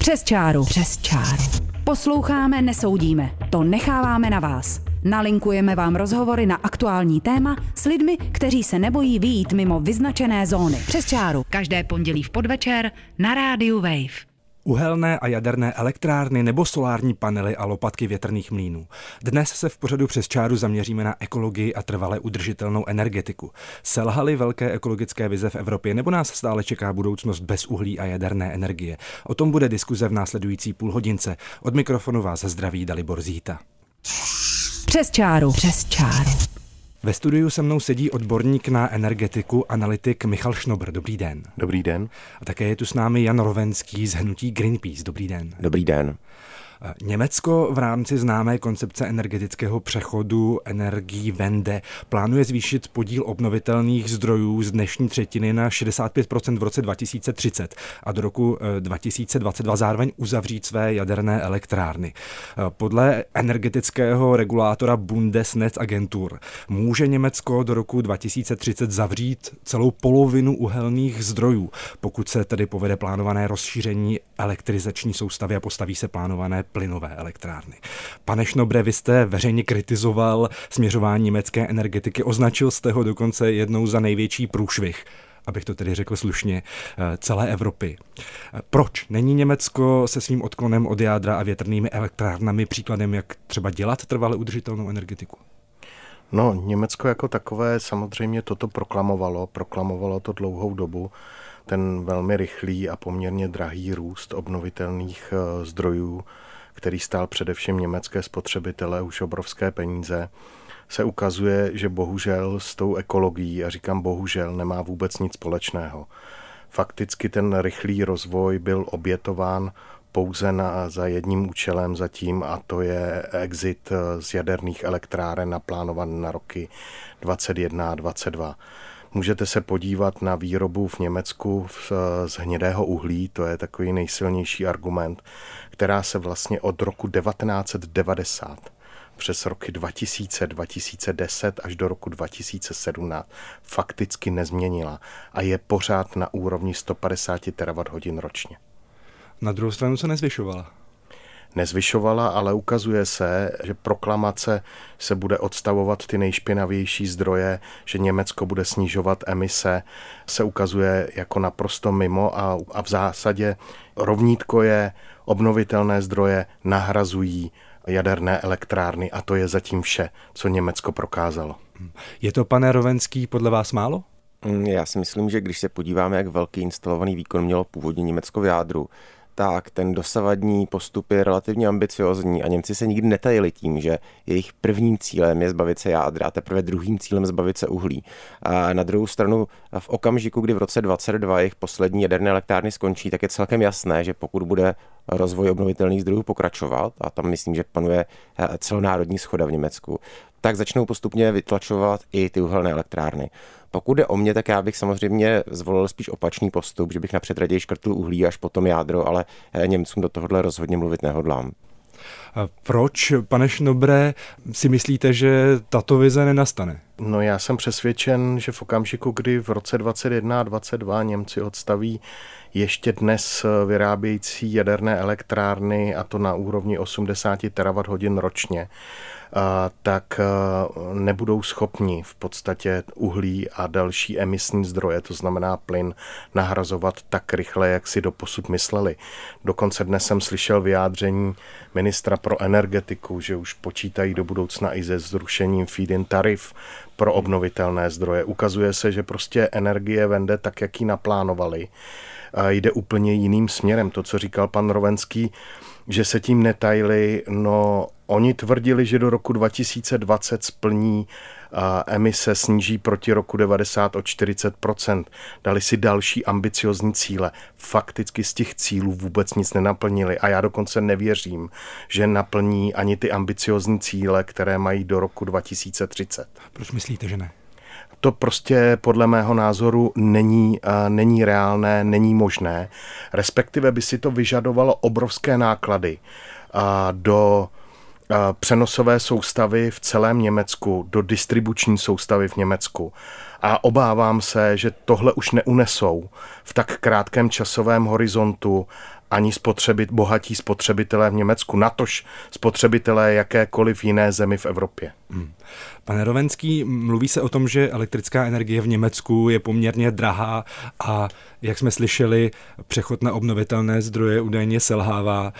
Přes čáru. Přes čáru. Posloucháme, nesoudíme. To necháváme na vás. Nalinkujeme vám rozhovory na aktuální téma s lidmi, kteří se nebojí vyjít mimo vyznačené zóny. Přes čáru. Každé pondělí v podvečer na rádiu Wave. Uhelné a jaderné elektrárny nebo solární panely a lopatky větrných mlýnů. Dnes se v pořadu Přes čáru zaměříme na ekologii a trvale udržitelnou energetiku. Selhaly velké ekologické vize v Evropě nebo nás stále čeká budoucnost bez uhlí a jaderné energie? O tom bude diskuze v následující půlhodince. Od mikrofonu vás zdraví Dalibor Zíta. Přes čáru. Přes čáru. Ve studiu se mnou sedí odborník na energetiku, analytik Michal Šnobr. Dobrý den. Dobrý den. A také je tu s námi Jan Rovenský z hnutí Greenpeace. Dobrý den. Dobrý den. Německo v rámci známé koncepce energetického přechodu Energiewende plánuje zvýšit podíl obnovitelných zdrojů z dnešní třetiny na 65% v roce 2030 a do roku 2022 zároveň uzavřít své jaderné elektrárny. Podle energetického regulátora Bundesnetzagentur může Německo do roku 2030 zavřít celou polovinu uhelných zdrojů, pokud se tedy povede plánované rozšíření elektrizační soustavy a postaví se plánované plynové elektrárny. Pane Šnobre, vy jste veřejně kritizoval směřování německé energetiky, označil jste ho dokonce jednou za největší průšvih, abych to tedy řekl slušně, celé Evropy. Proč není Německo se svým odklonem od jádra a větrnými elektrárnami příkladem, jak třeba dělat trvale udržitelnou energetiku? No, Německo jako takové samozřejmě toto proklamovalo to dlouhou dobu, ten velmi rychlý a poměrně drahý růst obnovitelných zdrojů, který stál především německé spotřebitele už obrovské peníze, se ukazuje, že bohužel s tou ekologií, a říkám bohužel, nemá vůbec nic společného. Fakticky ten rychlý rozvoj byl obětován pouze za jedním účelem zatím, a to je exit z jaderných elektráren naplánovaný na roky 2021 a 2022. Můžete se podívat na výrobu v Německu z hnědého uhlí, to je takový nejsilnější argument, která se vlastně od roku 1990 přes roky 2000, 2010 až do roku 2017 fakticky nezměnila a je pořád na úrovni 150 terawatt-hodin ročně. Na druhou stranu se Nezvyšovala, ale ukazuje se, že proklamace se bude odstavovat ty nejšpinavější zdroje, že Německo bude snižovat emise, se ukazuje jako naprosto mimo a v zásadě rovnítko je obnovitelné zdroje nahrazují jaderné elektrárny a to je zatím vše, co Německo prokázalo. Je to, pane Rovenský, podle vás málo? Já si myslím, že když se podíváme, jak velký instalovaný výkon mělo původně Německo v jádru, tak ten dosavadní postup je relativně ambiciózní a Němci se nikdy netajili tím, že jejich prvním cílem je zbavit se jádra a teprve druhým cílem zbavit se uhlí. A na druhou stranu v okamžiku, kdy v roce 2022 jejich poslední jaderné elektrárny skončí, tak je celkem jasné, že pokud bude rozvoj obnovitelných zdrojů pokračovat, a tam myslím, že panuje celonárodní shoda v Německu, tak začnou postupně vytlačovat i ty uhelné elektrárny. Pokud jde o mě, tak já bych samozřejmě zvolil spíš opačný postup, že bych napřed raději škrtl uhlí až potom jádro, ale Němcům do tohohle rozhodně mluvit nehodlám. Proč, pane Šnobre, si myslíte, že tato vize nenastane? No, já jsem přesvědčen, že v okamžiku, kdy v roce 2021 a 2022 Němci odstaví ještě dnes vyrábějící jaderné elektrárny, a to na úrovni 80 terawatt-hodin ročně, tak nebudou schopni v podstatě uhlí a další emisní zdroje, to znamená plyn, nahrazovat tak rychle, jak si doposud mysleli. Dokonce dnes jsem slyšel vyjádření ministra pro energetiku, že už počítají do budoucna i se zrušením feed-in tarif pro obnovitelné zdroje. Ukazuje se, že prostě Energiewende, tak jak ji naplánovali, jde úplně jiným směrem. To, co říkal pan Rovenský, že se tím netajili, no oni tvrdili, že do roku 2020 splní emise, sníží proti roku 90 o 40%. Dali si další ambiciozní cíle. Fakticky z těch cílů vůbec nic nenaplnili a já dokonce nevěřím, že naplní ani ty ambiciozní cíle, které mají do roku 2030. Proč myslíte, že ne? To prostě podle mého názoru není reálné, není možné. Respektive by si to vyžadovalo obrovské náklady do přenosové soustavy v celém Německu, do distribuční soustavy v Německu. A obávám se, že tohle už neunesou v tak krátkém časovém horizontu ani bohatí spotřebitelé v Německu, natož spotřebitelé jakékoliv jiné zemi v Evropě. Pane Rovenský, mluví se o tom, že elektrická energie v Německu je poměrně drahá a jak jsme slyšeli, přechod na obnovitelné zdroje údajně selhává.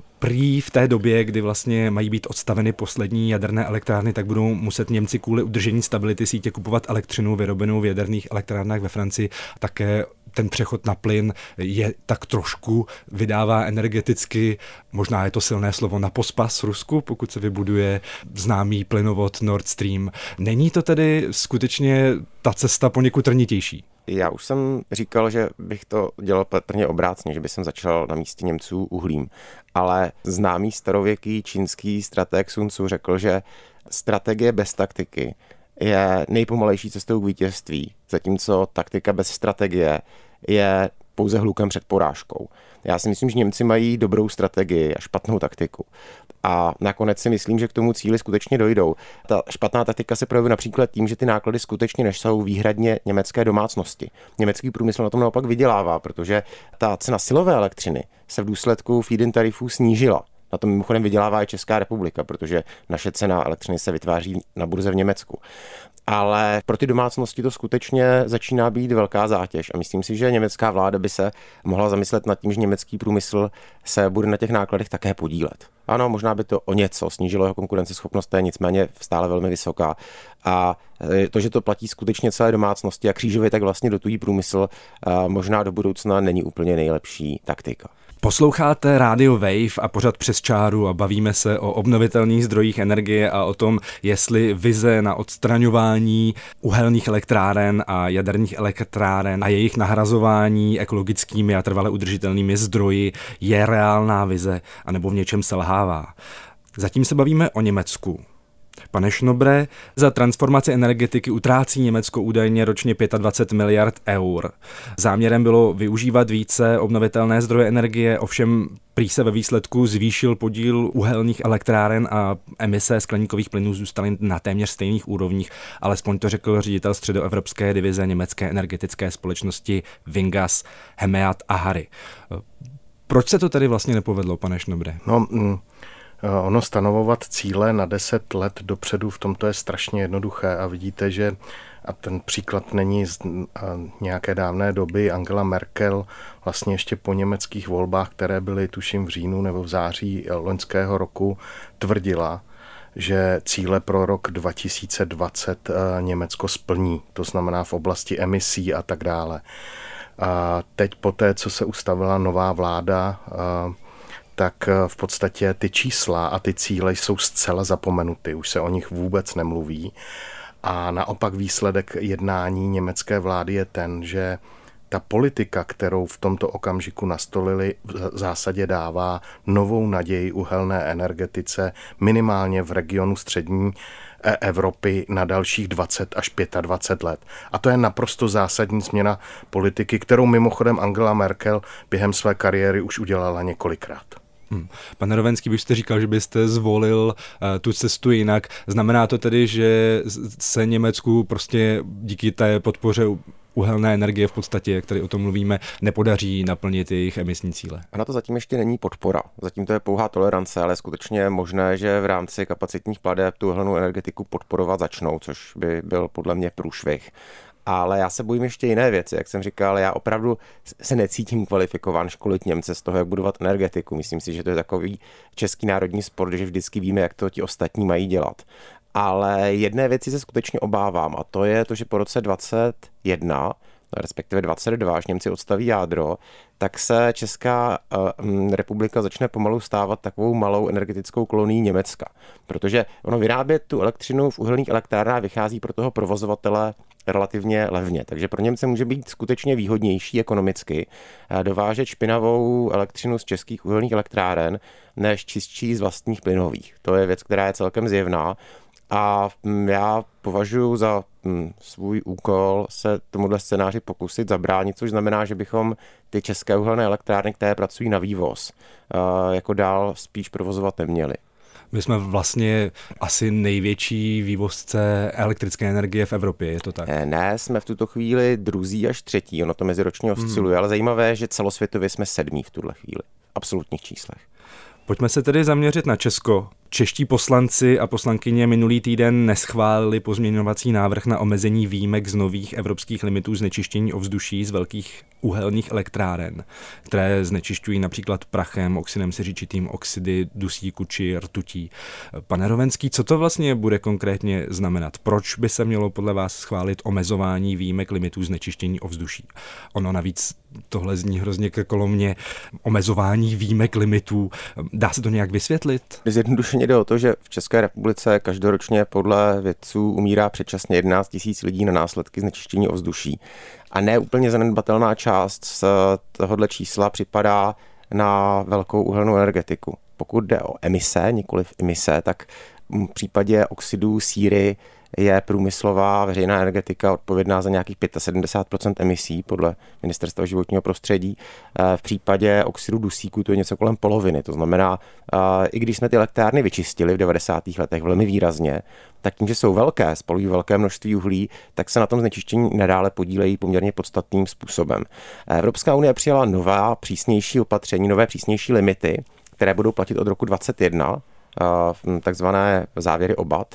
Prý v té době, kdy vlastně mají být odstaveny poslední jaderné elektrárny, tak budou muset Němci kvůli udržení stability sítě kupovat elektřinu vyrobenou v jaderných elektrárnách ve Francii. Také ten přechod na plyn je tak trošku, vydává energeticky, možná je to silné slovo, na pospas Rusku, pokud se vybuduje známý plynovod Nord Stream. Není to tedy skutečně ta cesta poněkud trnitější? Já už jsem říkal, že bych to dělal patrně obrácně, že bych jsem začal na místě Němců uhlím, ale známý starověký čínský stratég Sun Tzu řekl, že strategie bez taktiky je nejpomalejší cestou k vítězství, zatímco taktika bez strategie je pouze hlukem před porážkou. Já si myslím, že Němci mají dobrou strategii a špatnou taktiku. A nakonec si myslím, že k tomu cíli skutečně dojdou. Ta špatná taktika se projevuje například tím, že ty náklady skutečně nesahují výhradně německé domácnosti. Německý průmysl na tom naopak vydělává, protože ta cena silové elektřiny se v důsledku feed-in tarifů snížila. Na tom mimochodem vydělává i Česká republika, protože naše cena elektřiny se vytváří na burze v Německu. Ale pro ty domácnosti to skutečně začíná být velká zátěž a myslím si, že německá vláda by se mohla zamyslet nad tím, že německý průmysl se bude na těch nákladech také podílet. Ano, možná by to o něco snížilo jeho konkurenceschopnost, je nicméně stále velmi vysoká. A to, že to platí skutečně celé domácnosti a křížově tak vlastně dotují průmysl, možná do budoucna není úplně nejlepší taktika. Posloucháte Radio Wave a pořad Přes čáru a bavíme se o obnovitelných zdrojích energie a o tom, jestli vize na odstraňování uhelných elektráren a jaderných elektráren a jejich nahrazování ekologickými a trvale udržitelnými zdroji je reálná vize, anebo v něčem selhává. Zatím se bavíme o Německu. Pane Schnobre, za transformaci energetiky utrácí Německo údajně ročně 25 miliard eur. Záměrem bylo využívat více obnovitelné zdroje energie, ovšem prý se ve výsledku zvýšil podíl uhelných elektráren a emise skleníkových plynů zůstaly na téměř stejných úrovních, alespoň to řekl ředitel středoevropské divize německé energetické společnosti Wingas Hemeat Ahari. Proč se to tedy vlastně nepovedlo, pane Schnobre? Ono stanovovat cíle na 10 let dopředu v tomto je strašně jednoduché a vidíte, že a ten příklad není z nějaké dávné doby. Angela Merkel vlastně ještě po německých volbách, které byly tuším v říjnu nebo v září loňského roku, tvrdila, že cíle pro rok 2020 Německo splní, to znamená v oblasti emisí a tak dále. A teď poté, co se ustavila nová vláda, tak v podstatě ty čísla a ty cíle jsou zcela zapomenuty, už se o nich vůbec nemluví. A naopak výsledek jednání německé vlády je ten, že ta politika, kterou v tomto okamžiku nastolili, v zásadě dává novou naději uhelné energetice minimálně v regionu střední Evropy na dalších 20 až 25 let. A to je naprosto zásadní změna politiky, kterou mimochodem Angela Merkel během své kariéry už udělala několikrát. Pane Rovenský, byste říkal, že byste zvolil tu cestu jinak. Znamená to tedy, že se Německu prostě díky té podpoře uhelné energie v podstatě, jak tady o tom mluvíme, nepodaří naplnit jejich emisní cíle? A na to zatím ještě není podpora. Zatím to je pouhá tolerance, ale skutečně je možné, že v rámci kapacitních plateb tu uhelnou energetiku podporovat začnou, což by byl podle mě průšvih. Ale já se bojím ještě jiné věci, jak jsem říkal, já opravdu se necítím kvalifikován školit Němce z toho, jak budovat energetiku. Myslím si, že to je takový český národní sport, že vždycky víme, jak to ti ostatní mají dělat. Ale jedné věci se skutečně obávám a to je to, že po roce 2021, respektive 2022, až Němci odstaví jádro, tak se Česká republika začne pomalu stávat takovou malou energetickou kolonií Německa. Protože ono vyrábět tu elektřinu v uhelných elektrárnách vychází pro toho provozovatele relativně levně. Takže pro Němce může být skutečně výhodnější ekonomicky dovážet špinavou elektřinu z českých uhelných elektráren, než čistší z vlastních plynových. To je věc, která je celkem zjevná. A já považuji za svůj úkol se tomuhle scénáři pokusit zabránit, což znamená, že bychom ty české uhelné elektrárny, které pracují na vývoz, jako dál spíš provozovat neměli. My jsme vlastně asi největší vývozce elektrické energie v Evropě, je to tak? Ne, jsme v tuto chvíli druzí až třetí, ono to meziročně osciluje, ale zajímavé je, že celosvětově jsme 7. v tuhle chvíli, v absolutních číslech. Pojďme se tedy zaměřit na Česko. Čeští poslanci a poslankyně minulý týden neschválili pozměňovací návrh na omezení výjimek z nových evropských limitů znečištění ovzduší z velkých uhelných elektráren, které znečišťují například prachem, oxidem siřičitým, oxidy dusíku či rtutí. Pane Rovenský, co to vlastně bude konkrétně znamenat? Proč by se mělo podle vás schválit omezování výjimek limitů znečištění ovzduší? Ono navíc tohle zní hrozně krkolomně, omezování výjimek limitů. Dá se to nějak vysvětlit? Zjednodušeně jde o to, že v České republice každoročně podle vědců umírá předčasně 11 000 lidí na následky znečištění ovzduší. A ne úplně zanedbatelná část z tohohle čísla připadá na velkou uhelnou energetiku. Pokud jde o emise, nikoliv emise, tak v případě oxidů síry je průmyslová veřejná energetika odpovědná za nějakých 75% emisí podle Ministerstva životního prostředí. V případě oxidu dusíku to je něco kolem poloviny. To znamená, i když jsme ty elektrárny vyčistili v 90. letech velmi výrazně, tak tím, že jsou velké, spalují velké množství uhlí, tak se na tom znečištění nadále podílejí poměrně podstatným způsobem. Evropská unie přijala nová přísnější opatření, nové přísnější limity, které budou platit od roku 2021, takzvané závěry OBAT.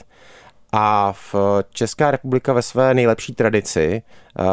A Česká republika ve své nejlepší tradici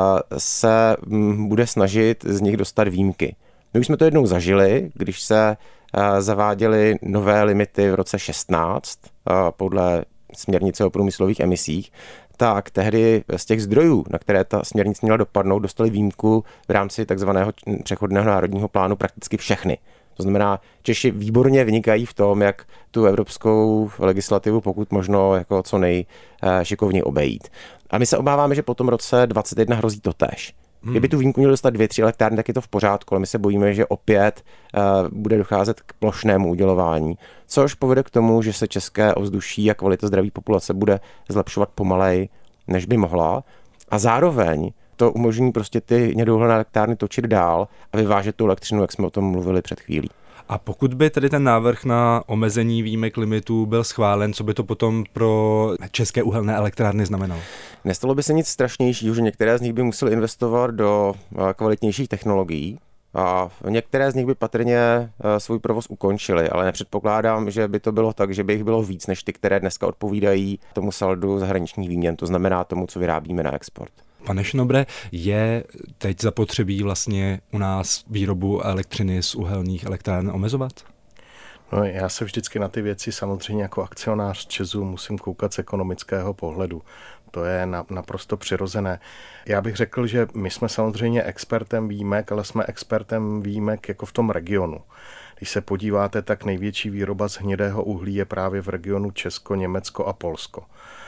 se bude snažit z nich dostat výjimky. My už jsme to jednou zažili, když se zaváděly nové limity v roce 16 podle směrnice o průmyslových emisích, tak tehdy z těch zdrojů, na které ta směrnice měla dopadnout, dostali výjimku v rámci takzvaného přechodného národního plánu prakticky všechny. To znamená, Češi výborně vynikají v tom, jak tu evropskou legislativu pokud možno jako co nejšikovněji obejít. A my se obáváme, že po tom roce 2021 hrozí totéž. Kdyby tu výjimku měly dostat 2-3 elektrárny, tak je to v pořádku, ale my se bojíme, že opět bude docházet k plošnému udělování, což povede k tomu, že se české ovzduší a kvalita zdraví populace bude zlepšovat pomaleji, než by mohla. A zároveň to umožní prostě ty hnědouhelné elektrárny točit dál a vyvážet tu elektřinu, jak jsme o tom mluvili před chvílí. A pokud by tedy ten návrh na omezení výjimek limitů byl schválen, co by to potom pro české uhelné elektrárny znamenalo? Nestalo by se nic strašnějšího, že některé z nich by musely investovat do kvalitnějších technologií a některé z nich by patrně svůj provoz ukončily, ale nepředpokládám, že by to bylo tak, že by jich bylo víc než ty, které dneska odpovídají tomu saldu zahraničních výměn, to znamená tomu, co vyrábíme na export. Pane Šnobre, je teď zapotřebí vlastně u nás výrobu elektřiny z uhelných elektráren omezovat? No, já se vždycky na ty věci samozřejmě jako akcionář ČEZu musím koukat z ekonomického pohledu. To je naprosto přirozené. Já bych řekl, že my jsme samozřejmě expertem výjimek, ale jsme expertem výjimek jako v tom regionu. Když se podíváte, tak největší výroba z hnědého uhlí je právě v regionu Česko, Německo a Polsko.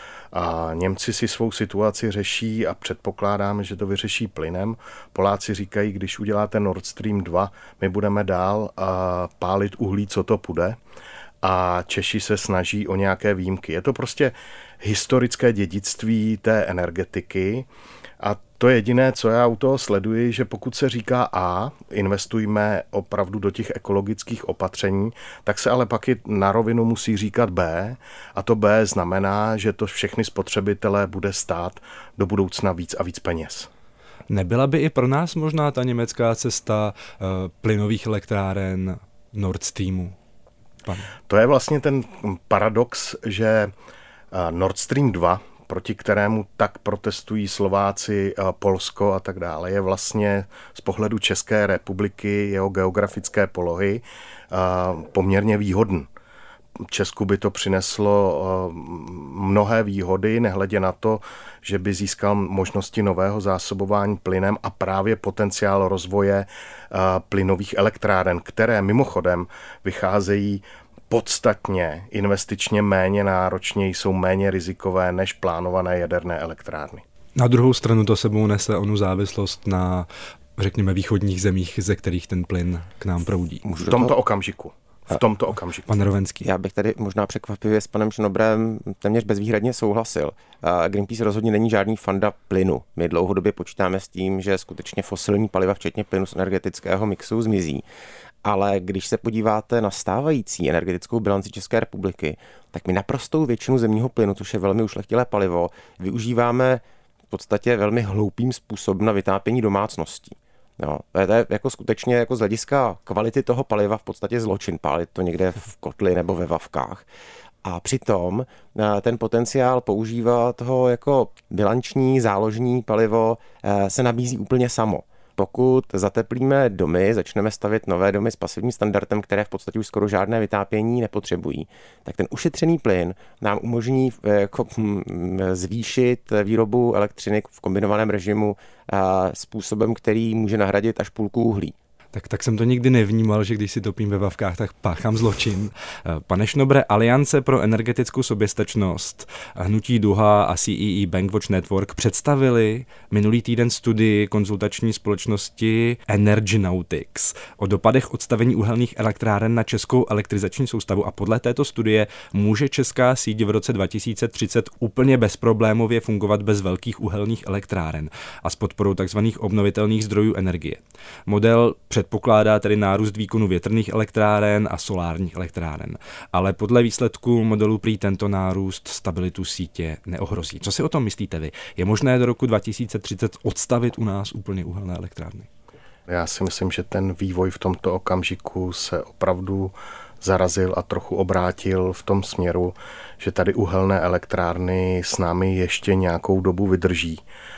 A Němci si svou situaci řeší a předpokládáme, že to vyřeší plynem. Poláci říkají, když uděláte Nord Stream 2, my budeme dál pálit uhlí, co to půjde. A Češi se snaží o nějaké výjimky. Je to prostě historické dědictví té energetiky. A to jediné, co já u toho sleduji, že pokud se říká A, investujme opravdu do těch ekologických opatření, tak se ale pak i na rovinu musí říkat B. A to B znamená, že to všechny spotřebitelé bude stát do budoucna víc a víc peněz. Nebyla by i pro nás možná ta německá cesta plynových elektráren Nord Streamu? To je vlastně ten paradox, že Nord Stream 2, proti kterému tak protestují Slováci, Polsko a tak dále, je vlastně z pohledu České republiky, jeho geografické polohy poměrně výhodný. Česku by to přineslo mnohé výhody, nehledě na to, že by získal možnosti nového zásobování plynem a právě potenciál rozvoje plynových elektráren, které mimochodem vycházejí podstatně investičně méně náročně, jsou méně rizikové než plánované jaderné elektrárny. Na druhou stranu to sebou nese onu závislost na, řekněme, východních zemích, ze kterých ten plyn k nám proudí. V tomto okamžiku. Pan Rovenský. Já bych tady možná překvapivě s panem Šnobrem téměř bezvýhradně souhlasil. Greenpeace rozhodně není žádný fanda plynu. My dlouhodobě počítáme s tím, že skutečně fosilní paliva, včetně plynu z energetického mixu, zmizí. Ale když se podíváte na stávající energetickou bilanci České republiky, tak my naprostou většinu zemního plynu, což je velmi ušlechtilé palivo, využíváme v podstatě velmi hloupým způsobem na vytápění domácností. No, to je jako skutečně jako z hlediska kvality toho paliva v podstatě zločin, pálit to někde v kotli nebo ve vavkách. A přitom ten potenciál používat ho jako bilanční, záložní palivo se nabízí úplně samo. Pokud zateplíme domy, začneme stavět nové domy s pasivním standardem, které v podstatě už skoro žádné vytápění nepotřebují, tak ten ušetřený plyn nám umožní jako zvýšit výrobu elektřiny v kombinovaném režimu způsobem, který může nahradit až půlku uhlí. Tak jsem to nikdy nevnímal, že když si topím ve vavkách, tak páchám zločin. Pane Šnobre, Aliance pro energetickou soběstačnost, Hnutí Duha a CEE Bankwatch Network představili minulý týden studii konzultační společnosti Energynautics o dopadech odstavení uhelných elektráren na českou elektrizační soustavu a podle této studie může česká síť v roce 2030 úplně bezproblémově fungovat bez velkých uhelných elektráren a s podporou tzv. Obnovitelných zdrojů energie. Model předpokládá tedy nárůst výkonu větrných elektráren a solárních elektráren. Ale podle výsledků modelu prý tento nárůst stabilitu sítě neohrozí. Co si o tom myslíte vy? Je možné do roku 2030 odstavit u nás úplně uhelné elektrárny? Já si myslím, že ten vývoj v tomto okamžiku se opravdu zarazil a trochu obrátil v tom směru, že tady uhelné elektrárny s námi ještě nějakou dobu vydrží.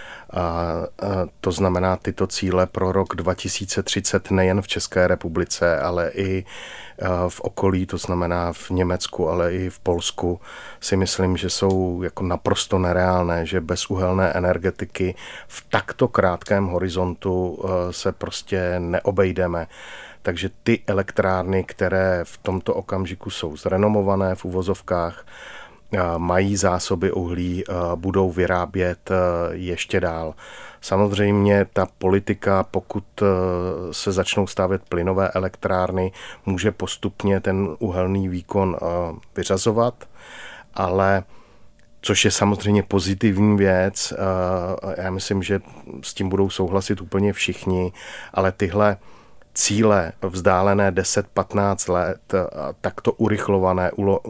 A to znamená tyto cíle pro rok 2030 nejen v České republice, ale i v okolí, to znamená v Německu, ale i v Polsku, si myslím, že jsou jako naprosto nereálné, že bez uhelné energetiky v takto krátkém horizontu se prostě neobejdeme. Takže ty elektrárny, které v tomto okamžiku jsou zrenomované v uvozovkách, mají zásoby uhlí, budou vyrábět ještě dál. Samozřejmě ta politika, pokud se začnou stavět plynové elektrárny, může postupně ten uhelný výkon vyřazovat, ale což je samozřejmě pozitivní věc. Já myslím, že s tím budou souhlasit úplně všichni, ale tyhle cíle vzdálené 10-15 let, takto urychlované,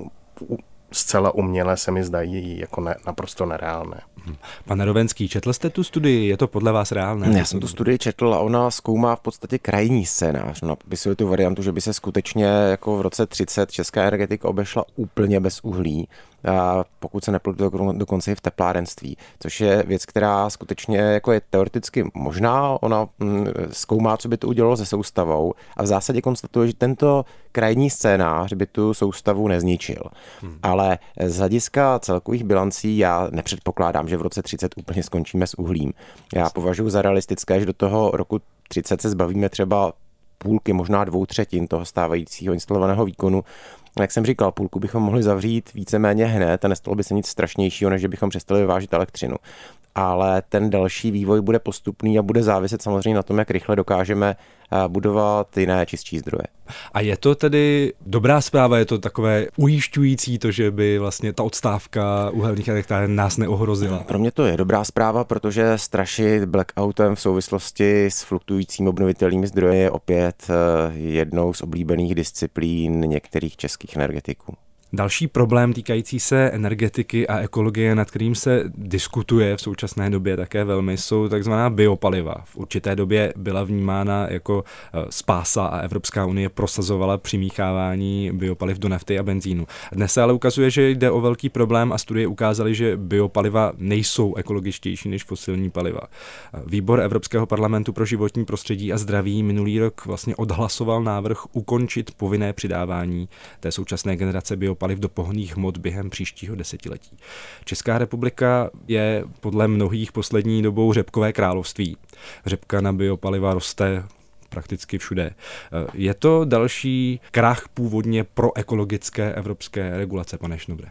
zcela uměle se mi zdají jako naprosto nereálné. Pane Rovenský, četl jste tu studii? Je to podle vás reálné? Já jsem tu studii četl a ona zkoumá v podstatě krajní scénář. Ona popisuje tu variantu, že by se skutečně jako v roce 30 česká energetika obešla úplně bez uhlí, a pokud se nepletu dokonce i v teplárenství, což je věc, která skutečně jako je teoreticky možná, ona zkoumá, co by to udělalo se soustavou a v zásadě konstatuje, že tento krajní scénář by tu soustavu nezničil. Ale z hlediska celkových bilancí já nepředpokládám, že v roce 30 úplně skončíme s uhlím. Já považuji za realistické, že do toho roku 30 se zbavíme třeba půlky, možná 2/3 toho stávajícího instalovaného výkonu. Jak jsem říkal, půlku bychom mohli zavřít víceméně hned a nestalo by se nic strašnějšího, než že bychom přestali vyvážet elektřinu. Ale ten další vývoj bude postupný a bude záviset samozřejmě na tom, jak rychle dokážeme budovat jiné čistší zdroje. A je to tedy dobrá zpráva, je to takové ujišťující to, že by vlastně ta odstávka uhelných elektráren nás neohrozila? Pro mě to je dobrá zpráva, protože strašit blackoutem v souvislosti s fluktuujícími obnovitelnými zdroji je opět jednou z oblíbených disciplín některých českých energetiků. Další problém týkající se energetiky a ekologie, nad kterým se diskutuje v současné době také velmi, jsou takzvaná biopaliva. V určité době byla vnímána jako spása a Evropská unie prosazovala přimíchávání biopaliv do nafty a benzínu. Dnes se ale ukazuje, že jde o velký problém a studie ukázaly, že biopaliva nejsou ekologičtější než fosilní paliva. Výbor Evropského parlamentu pro životní prostředí a zdraví minulý rok vlastně odhlasoval návrh ukončit povinné přidávání té současné generace biopaliv do pohonných hmot během příštího desetiletí. Česká republika je podle mnohých poslední dobou řepkové království. Řepka na biopaliva roste prakticky všude. Je to další krach původně proekologické evropské regulace, pane Šnobre?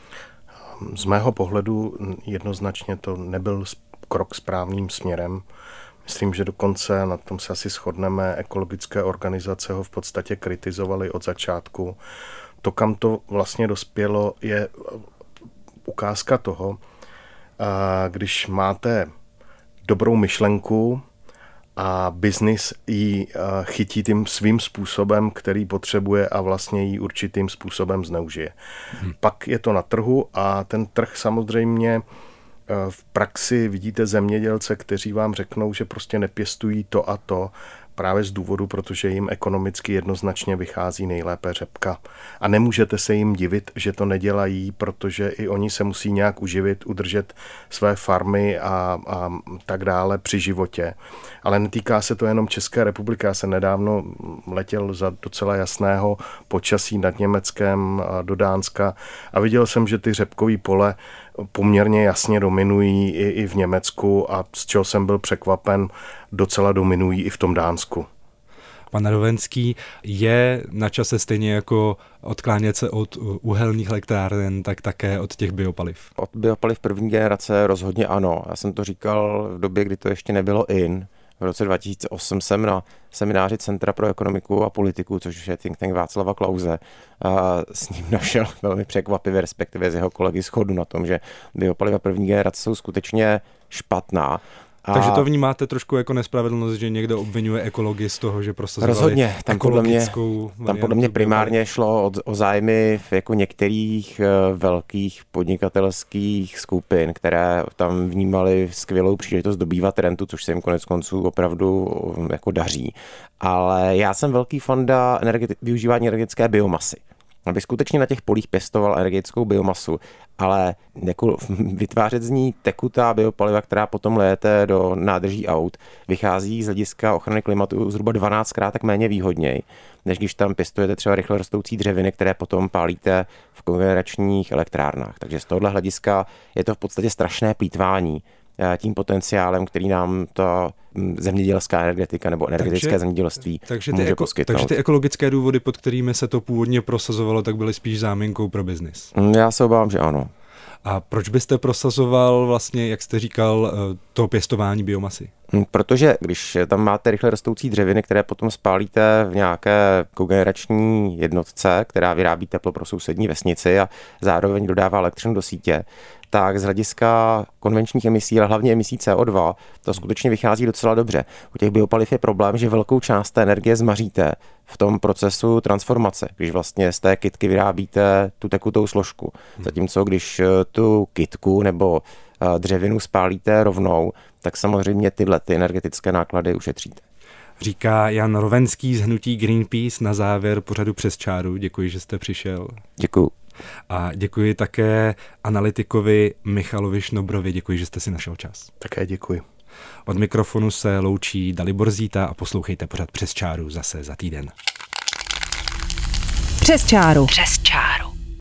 Z mého pohledu jednoznačně to nebyl krok správným směrem. Myslím, že dokonce, na tom se asi shodneme, ekologické organizace ho v podstatě kritizovaly od začátku. To, kam to vlastně dospělo, je ukázka toho, když máte dobrou myšlenku a biznis ji chytí tím svým způsobem, který potřebuje a vlastně ji určitým způsobem zneužije. Pak je to na trhu a ten trh samozřejmě v praxi vidíte zemědělce, kteří vám řeknou, že prostě nepěstují to a to, právě z důvodu, protože jim ekonomicky jednoznačně vychází nejlépe řepka. A nemůžete se jim divit, že to nedělají, protože i oni se musí nějak uživit, udržet své farmy a tak dále při životě. Ale netýká se to jenom České republiky. Já jsem nedávno letěl za docela jasného počasí nad Německem do Dánska a viděl jsem, že ty řepkové pole poměrně jasně dominují i v Německu a z čeho jsem byl překvapen, docela dominují i v tom Dánsku. Pan Rovenský, je na čase stejně jako odklánět se od uhelných elektráren, tak také od těch biopaliv? Od biopaliv první generace rozhodně ano. Já jsem to říkal v době, kdy to ještě nebylo in. V roce 2008 jsem na semináři Centra pro ekonomiku a politiku, což je think tank Václava Klause, s ním našel velmi překvapivě, respektive z jeho kolegy shodu na tom, že biopaliva první generace jsou skutečně špatná. Takže to vnímáte trošku jako nespravedlnost, že někdo obvinuje ekology z toho, že prosazovali rozhodně, tam podle mě primárně šlo o zájmy jako některých velkých podnikatelských skupin, které tam vnímali skvělou příležitost dobývat rentu, což se jim konec konců opravdu jako daří. Ale já jsem velký fanda využívání energetické biomasy. Aby skutečně na těch polích pěstoval energetickou biomasu, ale jako vytvářet z ní tekutá biopaliva, která potom lijete do nádrží aut, vychází z hlediska ochrany klimatu zhruba 12krát tak méně výhodněji, než když tam pěstujete třeba rychle rostoucí dřeviny, které potom pálíte v kogeneračních elektrárnách. Takže z tohohle hlediska je to v podstatě strašné plýtvání tím potenciálem, který nám ta zemědělská energetika nebo energetické zemědělství může poskytnout. Takže ty ekologické důvody, pod kterými se to původně prosazovalo, tak byly spíš záminkou pro biznis. Já se obávám, že ano. A proč byste prosazoval vlastně, jak jste říkal, to pěstování biomasy? Protože když tam máte rychle rostoucí dřeviny, které potom spálíte v nějaké kogenerační jednotce, která vyrábí teplo pro sousední vesnici a zároveň dodává elektřinu do sítě, tak z hlediska konvenčních emisí, ale hlavně emisí CO2, to skutečně vychází docela dobře. U těch biopaliv je problém, že velkou část té energie zmaříte v tom procesu transformace, když vlastně z té kytky vyrábíte tu tekutou složku. Zatímco když tu kytku nebo dřevinu spálíte rovnou, tak samozřejmě ty energetické náklady ušetříte. Říká Jan Rovenský z hnutí Greenpeace na závěr pořadu Přes čáru. Děkuji, že jste přišel. Děkuji. A děkuji také analytikovi Michalovi Šnobrovi. Děkuji, že jste si našel čas. Také děkuji. Od mikrofonu se loučí Dalibor Zíta a poslouchejte pořad Přes čáru zase za týden. Přes čáru. Přes čáru.